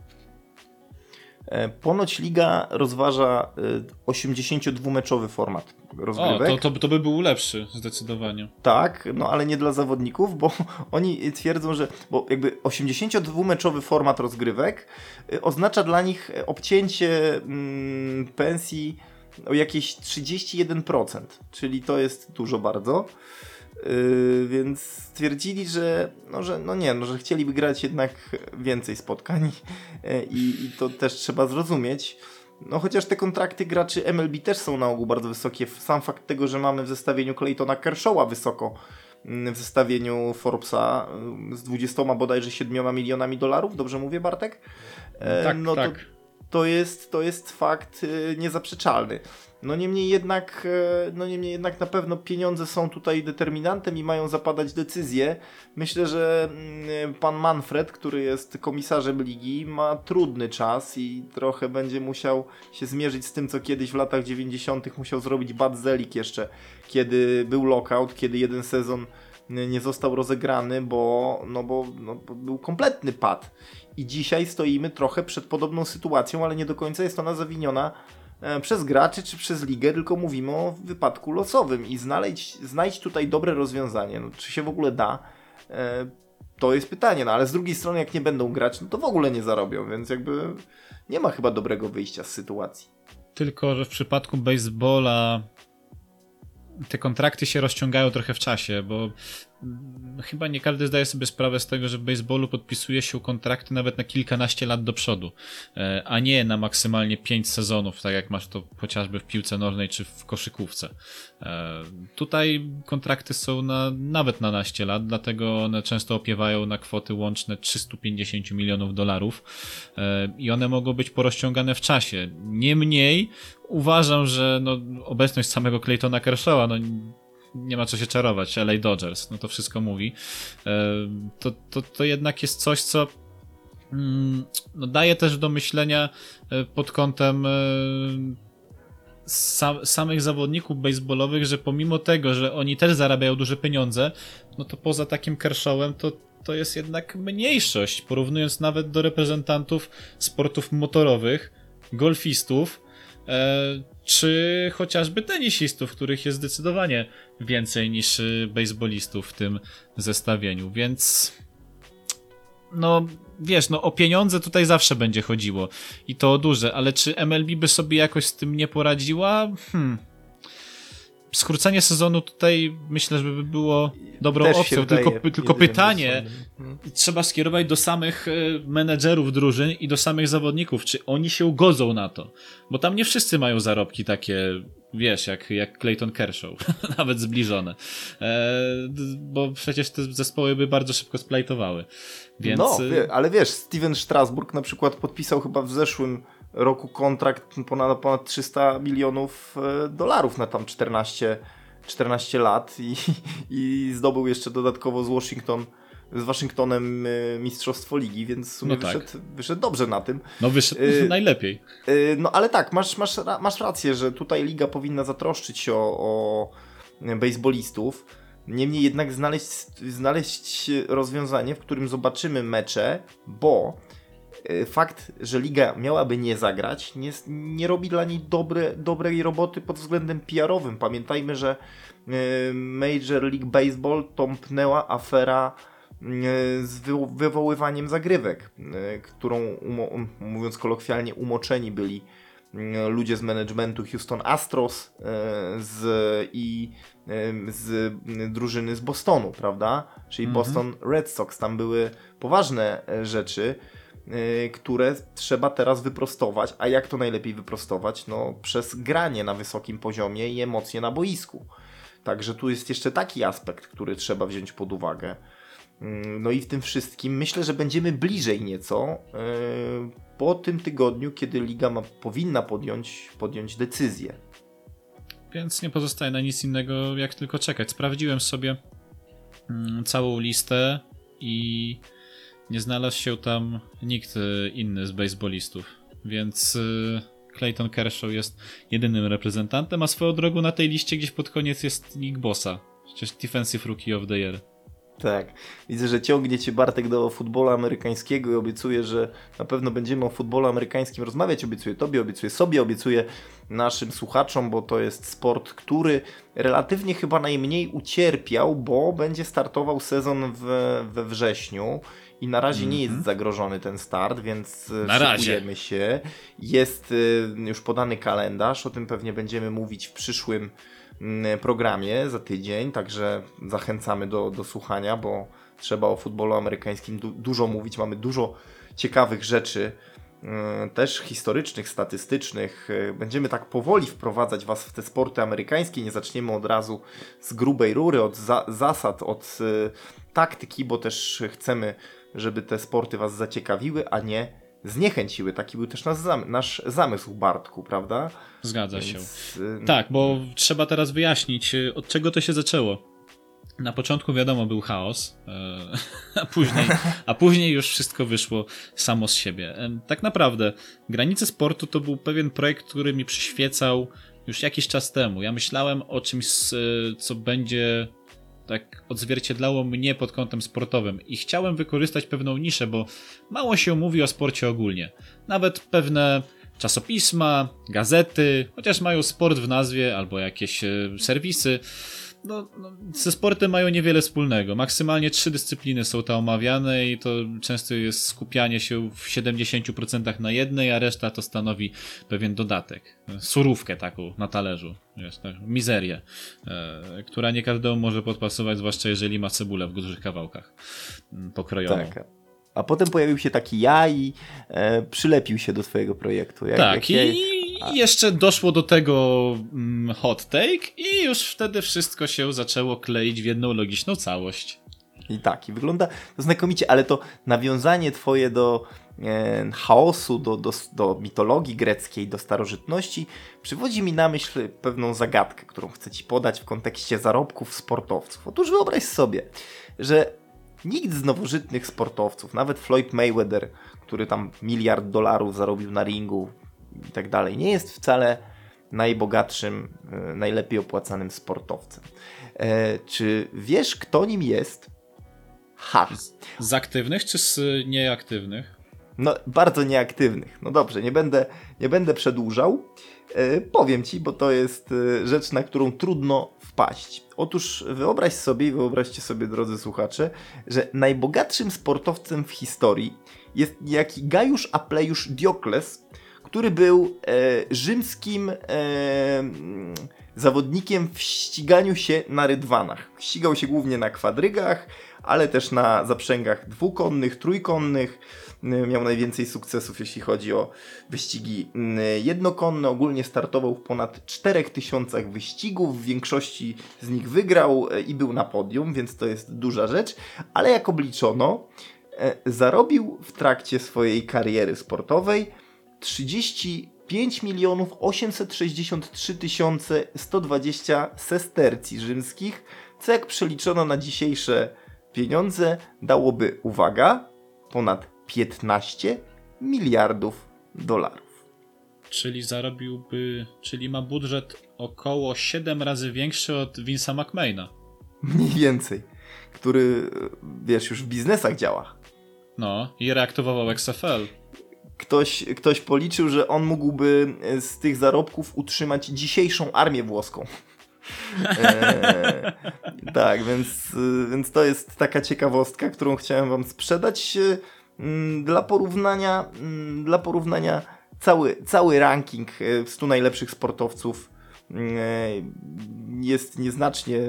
S1: Ponoć liga rozważa osiemdziesięciodwumeczowy format rozgrywek.
S2: O, to, to, to by był lepszy, zdecydowanie.
S1: Tak, no ale nie dla zawodników, bo oni twierdzą, że bo jakby osiemdziesięciodwumeczowy format rozgrywek oznacza dla nich obcięcie mm, pensji o jakieś trzydzieści jeden procent, czyli to jest dużo bardzo. Yy, więc stwierdzili, że no, że no nie, no, że chcieliby grać jednak więcej spotkań yy, i to też trzeba zrozumieć. No chociaż te kontrakty graczy M L B też są na ogół bardzo wysokie. Sam fakt tego, że mamy w zestawieniu Claytona Kershawa wysoko w zestawieniu Forbesa z dwudziestoma bodajże siedmioma milionami dolarów, dobrze mówię, Bartek? Yy,
S2: tak,
S1: no
S2: tak.
S1: To, to, jest, to jest fakt yy, niezaprzeczalny. No niemniej jednak, no niemniej jednak na pewno pieniądze są tutaj determinantem i mają zapadać decyzje. Myślę, że pan Manfred, który jest komisarzem ligi, ma trudny czas i trochę będzie musiał się zmierzyć z tym, co kiedyś w latach dziewięćdziesiątych musiał zrobić Bud Selig jeszcze, kiedy był lockout, kiedy jeden sezon nie został rozegrany, bo, no bo, no bo był kompletny pad. I dzisiaj stoimy trochę przed podobną sytuacją, ale nie do końca jest ona zawiniona przez graczy czy przez ligę, tylko mówimy o wypadku losowym i znaleźć, znajdź tutaj dobre rozwiązanie. No, czy się w ogóle da? E, to jest pytanie, no ale z drugiej strony jak nie będą grać, no to w ogóle nie zarobią, więc jakby nie ma chyba dobrego wyjścia z sytuacji.
S2: Tylko, że w przypadku baseballa te kontrakty się rozciągają trochę w czasie, bo chyba nie każdy zdaje sobie sprawę z tego, że w baseballu podpisuje się kontrakty nawet na kilkanaście lat do przodu, a nie na maksymalnie pięć sezonów, tak jak masz to chociażby w piłce nożnej czy w koszykówce. Tutaj kontrakty są na nawet na naście lat, dlatego one często opiewają na kwoty łączne trzysta pięćdziesiąt milionów dolarów i one mogą być porozciągane w czasie. Niemniej uważam, że no, obecność samego Claytona Kershawa, no nie ma co się czarować, L A Dodgers, no to wszystko mówi, to, to, to jednak jest coś, co no, daje też do myślenia pod kątem sam, samych zawodników baseballowych, że pomimo tego, że oni też zarabiają duże pieniądze, no to poza takim Kershawem to to jest jednak mniejszość, porównując nawet do reprezentantów sportów motorowych, golfistów, czy chociażby tenisistów, których jest zdecydowanie więcej niż baseballistów w tym zestawieniu, więc no wiesz, no o pieniądze tutaj zawsze będzie chodziło i to o duże, ale czy M L B by sobie jakoś z tym nie poradziła? Hmm. Skrócenie sezonu tutaj myślę, że by było dobrą
S1: Też
S2: opcją, tylko, tylko pytanie
S1: hmm.
S2: trzeba skierować do samych menedżerów drużyn i do samych zawodników, czy oni się godzą na to, bo tam nie wszyscy mają zarobki takie, wiesz, jak, jak Clayton Kershaw, nawet zbliżone, e, bo przecież te zespoły by bardzo szybko splajtowały. Więc...
S1: No, wie, ale wiesz, Steven Strasburg na przykład podpisał chyba w zeszłym roku kontrakt ponad, ponad trzysta milionów dolarów na tam czternaście, czternaście lat i, i zdobył jeszcze dodatkowo z Washington, z Waszyngtonem mistrzostwo ligi, więc w sumie
S2: no tak.
S1: wyszedł, wyszedł dobrze na tym.
S2: No wyszedł y- najlepiej.
S1: Y- no ale tak, masz, masz, masz rację, że tutaj liga powinna zatroszczyć się o, o baseballistów. Niemniej jednak znaleźć, znaleźć rozwiązanie, w którym zobaczymy mecze, bo fakt, że liga miałaby nie zagrać, nie, nie robi dla niej dobre, dobrej roboty pod względem P R-owym. Pamiętajmy, że Major League Baseball tąpnęła afera z wywoływaniem zagrywek, którą, mówiąc kolokwialnie, umoczeni byli ludzie z managementu Houston Astros z, i z drużyny z Bostonu, prawda? Czyli mhm. Boston Red Sox. Tam były poważne rzeczy. które trzeba teraz wyprostować. A jak to najlepiej wyprostować? No przez granie na wysokim poziomie i emocje na boisku. Także tu jest jeszcze taki aspekt, który trzeba wziąć pod uwagę. No i w tym wszystkim myślę, że będziemy bliżej nieco po tym tygodniu, kiedy liga ma, powinna podjąć, podjąć decyzję.
S2: Więc nie pozostaje na nic innego, jak tylko czekać. Sprawdziłem sobie całą listę i nie znalazł się tam nikt inny z baseballistów, więc Clayton Kershaw jest jedynym reprezentantem, a swoją drogą na tej liście gdzieś pod koniec jest Nick Bosa, przecież Defensive Rookie of the Year.
S1: Tak, widzę, że ciągnie cię Bartek do futbolu amerykańskiego i obiecuję, że na pewno będziemy o futbolu amerykańskim rozmawiać. Obiecuję tobie, obiecuję sobie, obiecuję naszym słuchaczom, bo to jest sport, który relatywnie chyba najmniej ucierpiał, bo będzie startował sezon w, we wrześniu i na razie mm-hmm. nie jest zagrożony ten start, więc
S2: na
S1: szykujemy
S2: razie.
S1: się. Jest y, już podany kalendarz, o tym pewnie będziemy mówić w przyszłym programie za tydzień, także zachęcamy do, do słuchania, bo trzeba o futbolu amerykańskim du- dużo mówić, mamy dużo ciekawych rzeczy, yy, też historycznych, statystycznych. Yy, będziemy tak powoli wprowadzać was w te sporty amerykańskie, nie zaczniemy od razu z grubej rury, od za- zasad, od yy, taktyki, bo też chcemy, żeby te sporty was zaciekawiły, a nie zniechęciły. Taki był też nasz, zam- nasz zamysł, Bartku, prawda?
S2: Zgadza
S1: Więc,
S2: się.
S1: y-
S2: Tak, bo trzeba teraz wyjaśnić, od czego to się zaczęło. Na początku wiadomo był chaos, a później, a później już wszystko wyszło samo z siebie. Tak naprawdę Granice Sportu to był pewien projekt, który mi przyświecał już jakiś czas temu. Ja myślałem o czymś, co będzie tak odzwierciedlało mnie pod kątem sportowym i chciałem wykorzystać pewną niszę, bo mało się mówi o sporcie ogólnie. Nawet pewne czasopisma, gazety, chociaż mają sport w nazwie albo jakieś serwisy, no, no, ze sportem mają niewiele wspólnego. Maksymalnie trzy dyscypliny są tam omawiane i to często jest skupianie się w siedemdziesiąt procent na jednej, a reszta to stanowi pewien dodatek. Surówkę taką na talerzu. Jest, tak, mizerię, e, która nie każdemu może podpasować, zwłaszcza jeżeli ma cebulę w dużych kawałkach pokrojoną. Tak.
S1: A potem pojawił się taki ja i e, przylepił się do twojego projektu. Jak,
S2: tak,
S1: jak
S2: i
S1: ja...
S2: jeszcze doszło do tego mm, hot take i już wtedy wszystko się zaczęło kleić w jedną logiczną całość.
S1: I tak, i wygląda to znakomicie, ale to nawiązanie twoje do e, chaosu, do, do, do mitologii greckiej, do starożytności przywodzi mi na myśl pewną zagadkę, którą chcę ci podać w kontekście zarobków sportowców. Otóż wyobraź sobie, że nikt z nowożytnych sportowców, nawet Floyd Mayweather, który tam miliard dolarów zarobił na ringu i tak dalej, nie jest wcale najbogatszym, najlepiej opłacanym sportowcem. E, czy wiesz, kto nim jest? Ha.
S2: Z, z aktywnych czy z nieaktywnych?
S1: No, bardzo nieaktywnych. No dobrze, nie będę, nie będę przedłużał. E, powiem ci, bo to jest e, rzecz, na którą trudno wpaść. Otóż wyobraź sobie i wyobraźcie sobie, drodzy słuchacze, że najbogatszym sportowcem w historii jest niejaki Gajusz Aplejusz Diokles, który był e, rzymskim e, zawodnikiem w ściganiu się na rydwanach. Ścigał się głównie na kwadrygach, ale też na zaprzęgach dwukonnych, trójkonnych. Miał najwięcej sukcesów, jeśli chodzi o wyścigi jednokonne. Ogólnie startował w ponad czterech tysiącach wyścigów. W większości z nich wygrał i był na podium, więc to jest duża rzecz. Ale jak obliczono, zarobił w trakcie swojej kariery sportowej trzydzieści pięć milionów osiemset sześćdziesiąt trzy tysiące sto dwadzieścia sestercji rzymskich, co jak przeliczono na dzisiejsze pieniądze dałoby, uwaga, ponad piętnaście miliardów dolarów.
S2: Czyli zarobiłby, czyli ma budżet około siedem razy większy od Vince'a McMahona.
S1: Mniej więcej, który, wiesz, już w biznesach działa.
S2: No, i reaktywował X F L.
S1: Ktoś, ktoś policzył, że on mógłby z tych zarobków utrzymać dzisiejszą armię włoską. eee, tak, więc, więc to jest taka ciekawostka, którą chciałem wam sprzedać. Dla porównania, dla porównania cały, cały ranking stu najlepszych sportowców jest nieznacznie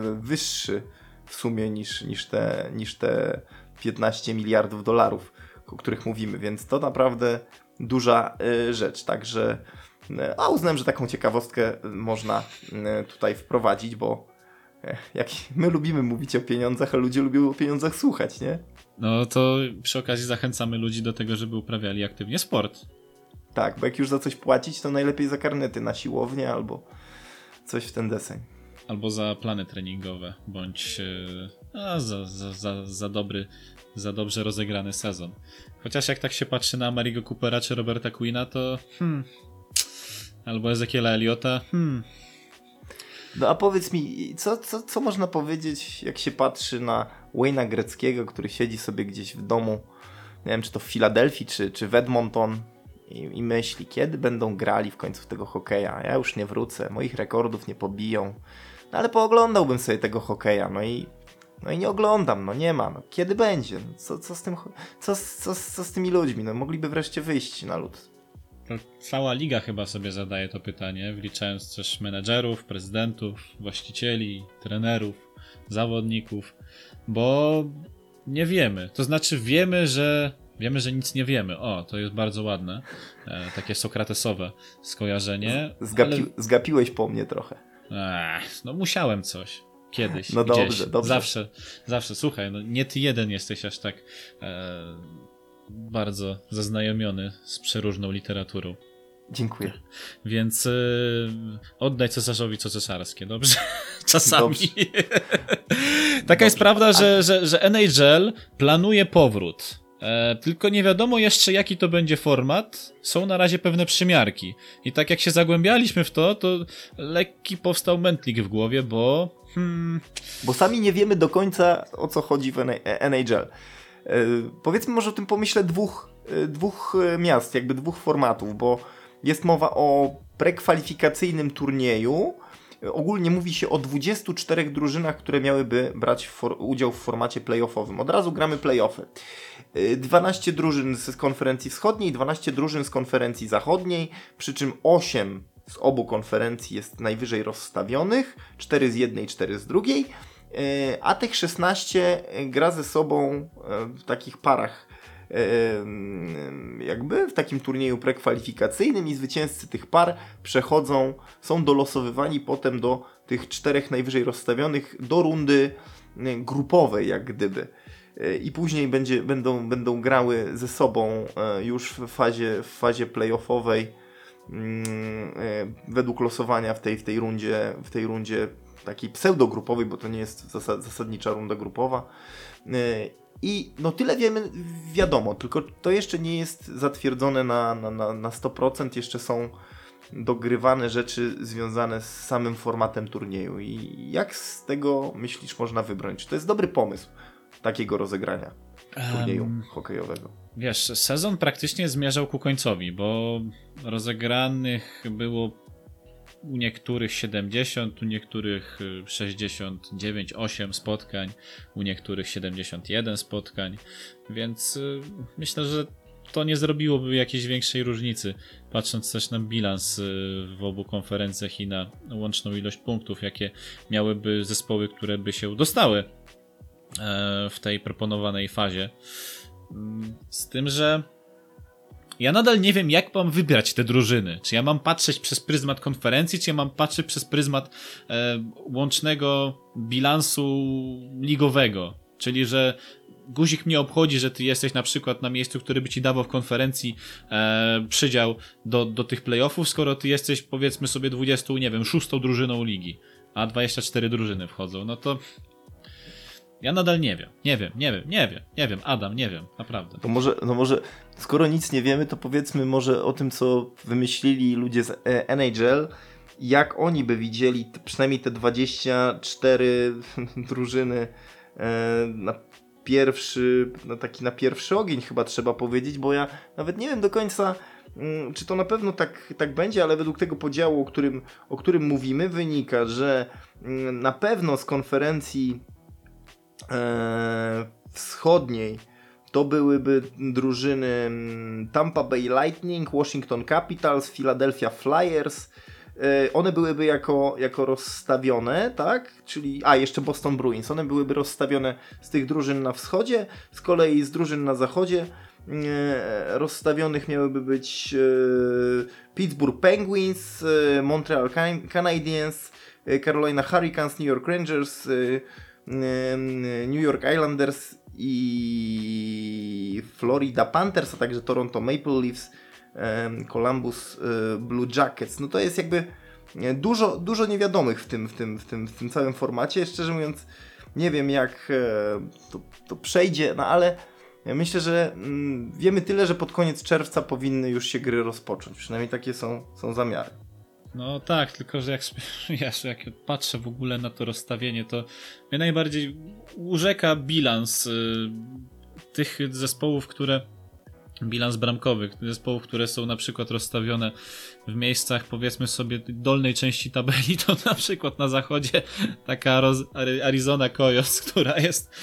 S1: wyższy w sumie niż, niż, te, niż te piętnaście miliardów dolarów, o których mówimy, więc to naprawdę duża y, rzecz, także y, a uznałem, że taką ciekawostkę można y, tutaj wprowadzić, bo y, jak my lubimy mówić o pieniądzach, a ludzie lubią o pieniądzach słuchać, nie?
S2: No to przy okazji zachęcamy ludzi do tego, żeby uprawiali aktywnie sport.
S1: Tak, bo jak już za coś płacić, to najlepiej za karnety na siłownię albo coś w ten deseń.
S2: Albo za plany treningowe, bądź e, a, za, za, za, za dobry, za dobrze rozegrany sezon. Chociaż jak tak się patrzy na Amarigo Coopera czy Roberta Quina, to hmm, albo Ezekiela Elliota, hmm.
S1: No a powiedz mi, co, co, co można powiedzieć, jak się patrzy na Wayne'a Gretzkiego, który siedzi sobie gdzieś w domu, nie wiem, czy to w Filadelfii, czy, czy w Edmonton i, i myśli, kiedy będą grali w końcu w tego hokeja. Ja już nie wrócę, moich rekordów nie pobiją, no ale pooglądałbym sobie tego hokeja, no i no i nie oglądam, no nie ma, no kiedy będzie, no, co, co, z tym, co, co, co z tymi ludźmi, no mogliby wreszcie wyjść na lód.
S2: To cała liga chyba sobie zadaje to pytanie, wliczając też menedżerów, prezydentów, właścicieli, trenerów, zawodników, bo nie wiemy. To znaczy wiemy, że wiemy, że nic nie wiemy. O, to jest bardzo ładne, e, takie sokratesowe skojarzenie.
S1: Zgapi-
S2: ale...
S1: Zgapiłeś po mnie trochę.
S2: Ech, no musiałem coś. Kiedyś,
S1: no
S2: gdzieś.
S1: dobrze, dobrze.
S2: Zawsze, zawsze. Słuchaj, no nie ty jeden jesteś aż tak e, bardzo zaznajomiony z przeróżną literaturą.
S1: Dziękuję.
S2: Więc e, oddaj cesarzowi co cesarskie, dobrze? Czasami.
S1: Dobrze.
S2: Taka
S1: Dobrze.
S2: jest prawda, że, że, że N H L planuje powrót. E, tylko nie wiadomo jeszcze jaki to będzie format. Są na razie pewne przymiarki. I tak jak się zagłębialiśmy w to, to lekki powstał mętlik w głowie, bo Hmm.
S1: Bo sami nie wiemy do końca, o co chodzi w N H L. Yy, powiedzmy może o tym pomyśle dwóch, yy, dwóch miast, jakby dwóch formatów, bo jest mowa o prekwalifikacyjnym turnieju. Yy, ogólnie mówi się o dwudziestu czterech drużynach, które miałyby brać for- udział w formacie playoffowym. Od razu gramy playoffy. Yy, dwanaście drużyn z konferencji wschodniej, dwanaście drużyn z konferencji zachodniej, przy czym osiem z obu konferencji jest najwyżej rozstawionych, cztery z jednej, cztery z drugiej, a tych szesnaście gra ze sobą w takich parach, jakby w takim turnieju prekwalifikacyjnym i zwycięzcy tych par przechodzą, są dolosowywani potem do tych czterech najwyżej rozstawionych do rundy grupowej jak gdyby. I później będzie, będą, będą grały ze sobą już w fazie, w fazie playoffowej według losowania w tej, w tej rundzie, w tej rundzie takiej pseudogrupowej, bo to nie jest zasad, zasadnicza runda grupowa. I no tyle wiemy, wiadomo, tylko to jeszcze nie jest zatwierdzone na, na, na, na sto procent, jeszcze są dogrywane rzeczy związane z samym formatem turnieju. I jak z tego myślisz można wybrać? Czy to jest dobry pomysł takiego rozegrania turnieju um, hokejowego?
S2: Wiesz, sezon praktycznie zmierzał ku końcowi, bo rozegranych było u niektórych siedemdziesiąt, u niektórych sześćdziesiąt dziewięć, osiem spotkań, u niektórych siedemdziesiąt jeden spotkań, więc myślę, że to nie zrobiłoby jakiejś większej różnicy, patrząc też na bilans w obu konferencjach i na łączną ilość punktów, jakie miałyby zespoły, które by się dostały w tej proponowanej fazie. Z tym, że ja nadal nie wiem, jak mam wybrać te drużyny. Czy ja mam patrzeć przez pryzmat konferencji, czy ja mam patrzeć przez pryzmat e, łącznego bilansu ligowego. Czyli, że guzik mnie obchodzi, że ty jesteś na przykład na miejscu, który by ci dawał w konferencji e, przydział do, do tych playoffów, skoro ty jesteś, powiedzmy sobie, dwudziestą, nie wiem, szóstą drużyną ligi, a dwadzieścia cztery drużyny wchodzą. No to ja nadal nie wiem, nie wiem, nie wiem, nie wiem, nie wiem, Adam, nie wiem, naprawdę.
S1: To może, no może, skoro nic nie wiemy, to powiedzmy może o tym, co wymyślili ludzie z N H L, jak oni by widzieli te, przynajmniej te dwadzieścia cztery drużyny e, na pierwszy, na taki na pierwszy ogień chyba trzeba powiedzieć, bo ja nawet nie wiem do końca, mm, czy to na pewno tak, tak będzie, ale według tego podziału, o którym, o którym mówimy, wynika, że mm, na pewno z konferencji E, wschodniej to byłyby drużyny Tampa Bay Lightning, Washington Capitals, Philadelphia Flyers. E, one byłyby jako, jako rozstawione, tak? Czyli, a jeszcze Boston Bruins. One byłyby rozstawione z tych drużyn na wschodzie, z kolei z drużyn na zachodzie e, rozstawionych miałyby być e, Pittsburgh Penguins, e, Montreal Can- Canadiens, e, Carolina Hurricanes, New York Rangers, e, e, New York Islanders i Florida Panthers, a także Toronto Maple Leafs, e, Columbus e, Blue Jackets. No to jest jakby dużo, dużo niewiadomych w tym, w tym, w tym, w tym całym formacie. Szczerze mówiąc, nie wiem jak to, to przejdzie, no ale myślę, że mm, wiemy tyle, że pod koniec czerwca powinny już się gry rozpocząć. Przynajmniej takie są, są zamiary.
S2: No tak, tylko że jak, wiesz, jak patrzę w ogóle na to rozstawienie, to mnie najbardziej urzeka bilans y, tych zespołów, które bilans bramkowych, zespołów, które są na przykład rozstawione w miejscach, powiedzmy sobie, dolnej części tabeli, to na przykład na zachodzie taka Roz- Arizona Coyotes, która jest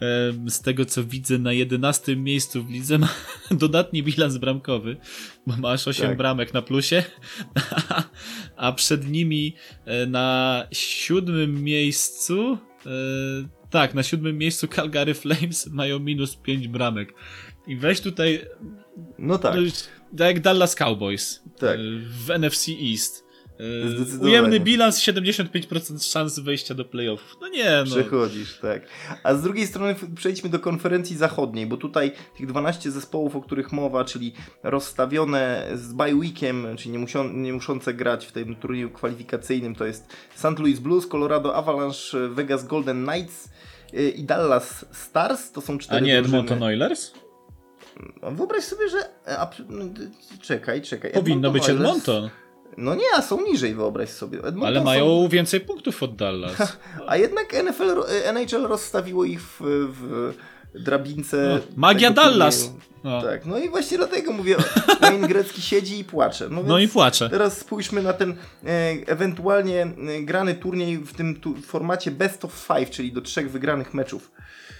S2: e, z tego co widzę na jedenastym miejscu w lidze, ma dodatni bilans bramkowy, bo ma aż osiem
S1: tak.
S2: bramek na plusie, a, a przed nimi e, na siódmym miejscu e, tak, na siódmym miejscu Calgary Flames mają minus pięć bramek. I weź tutaj.
S1: No tak.
S2: Tak jak Dallas Cowboys
S1: tak.
S2: w N F C East. Ujemny bilans, siedemdziesiąt pięć procent szans wejścia do playoffów. No nie, no.
S1: Przechodzisz, tak. A z drugiej strony przejdźmy do konferencji zachodniej, bo tutaj tych dwanaście zespołów, o których mowa, czyli rozstawione z bye weekiem, czyli nie, musią, nie muszące grać w tym turnieju kwalifikacyjnym, to jest Saint Louis Blues, Colorado Avalanche, Vegas Golden Knights i Dallas Stars. To są cztery
S2: A nie
S1: drużyny.
S2: Edmonton Oilers?
S1: Wyobraź sobie, że... A, czekaj, czekaj.
S2: Powinno
S1: Edmonton
S2: być
S1: Oilers...
S2: Edmonton.
S1: No nie, a są niżej, wyobraź sobie. Edmonton
S2: ale mają są... więcej punktów od Dallas.
S1: A jednak N F L, N H L rozstawiło ich w, w drabince.
S2: No, magia Dallas!
S1: No. Tak, no i właśnie dlatego mówię, Wayne Gretzky siedzi i płacze. No,
S2: no i płacze.
S1: Teraz spójrzmy na ten e, ewentualnie e, grany turniej w tym tu, formacie best of five, czyli do trzech wygranych meczów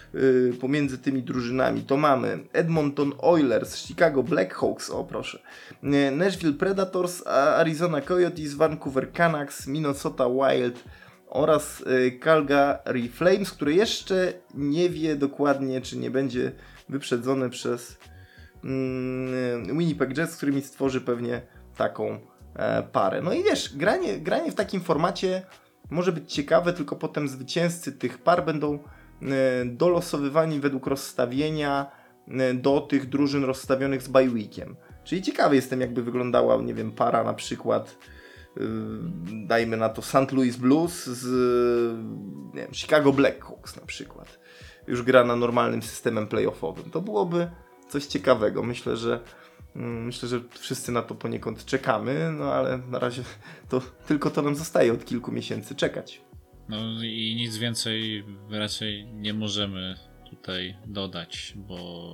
S1: e, pomiędzy tymi drużynami. To mamy Edmonton Oilers, Chicago Blackhawks, o proszę, e, Nashville Predators, Arizona Coyotes, Vancouver Canucks, Minnesota Wild oraz e, Calgary Flames, które jeszcze nie wie dokładnie, czy nie będzie wyprzedzone przez mm, Winnipeg Jets, z którymi stworzy pewnie taką e, parę. No i wiesz, granie, granie w takim formacie może być ciekawe, tylko potem zwycięzcy tych par będą e, dolosowywani według rozstawienia e, do tych drużyn rozstawionych z bye weekiem. Czyli ciekawy jestem, jakby wyglądała, nie wiem, para na przykład e, dajmy na to Saint Louis Blues z nie wiem, Chicago Blackhawks na przykład. Już gra na normalnym systemem playoffowym. To byłoby coś ciekawego. Myślę, że mm, myślę, że wszyscy na to poniekąd czekamy, no ale na razie to tylko to nam zostaje od kilku miesięcy czekać.
S2: No i nic więcej raczej nie możemy tutaj dodać, bo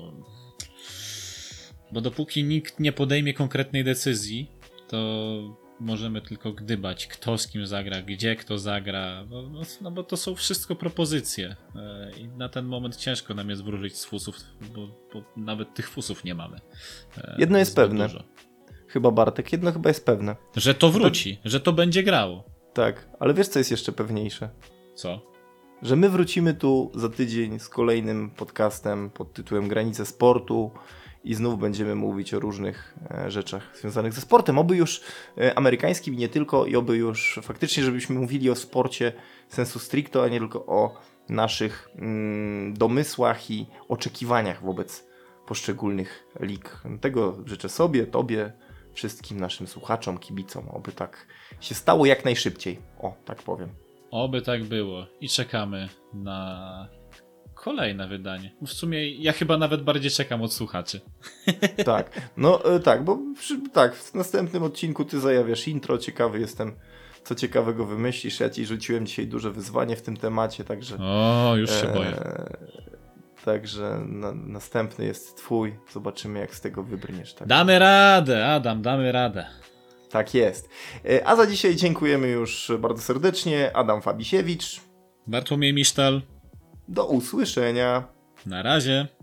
S2: bo dopóki nikt nie podejmie konkretnej decyzji, to możemy tylko gdybać, kto z kim zagra, gdzie kto zagra, no, no, no bo to są wszystko propozycje e, i na ten moment ciężko nam jest wróżyć z fusów, bo, bo nawet tych fusów nie mamy. E,
S1: jedno jest pewne,
S2: dużo.
S1: Chyba Bartek, jedno chyba jest pewne.
S2: Że to wróci, to... że to będzie grało.
S1: Tak, ale wiesz co jest jeszcze pewniejsze?
S2: Co?
S1: Że my wrócimy tu za tydzień z kolejnym podcastem pod tytułem Granice Sportu. I znów będziemy mówić o różnych e, rzeczach związanych ze sportem. Oby już e, amerykańskim i nie tylko. I oby już faktycznie, żebyśmy mówili o sporcie sensu stricto, a nie tylko o naszych mm, domysłach i oczekiwaniach wobec poszczególnych lig. Tego życzę sobie, tobie, wszystkim naszym słuchaczom, kibicom. Oby tak się stało jak najszybciej. O, tak powiem.
S2: Oby tak było. I czekamy na... kolejne wydanie. W sumie ja chyba nawet bardziej czekam od słuchaczy.
S1: Tak, no e, tak, bo przy, tak, w następnym odcinku ty zajawiasz intro, ciekawy jestem, co ciekawego wymyślisz. Ja ci rzuciłem dzisiaj duże wyzwanie w tym temacie, także...
S2: O, już się
S1: e,
S2: boję.
S1: Także na, następny jest twój, zobaczymy jak z tego wybrniesz. Tak.
S2: Damy radę, Adam, damy radę.
S1: Tak jest. E, a za dzisiaj dziękujemy już bardzo serdecznie. Adam Fabisiewicz.
S2: Bartłomiej Misztal.
S1: Do usłyszenia.
S2: Na razie.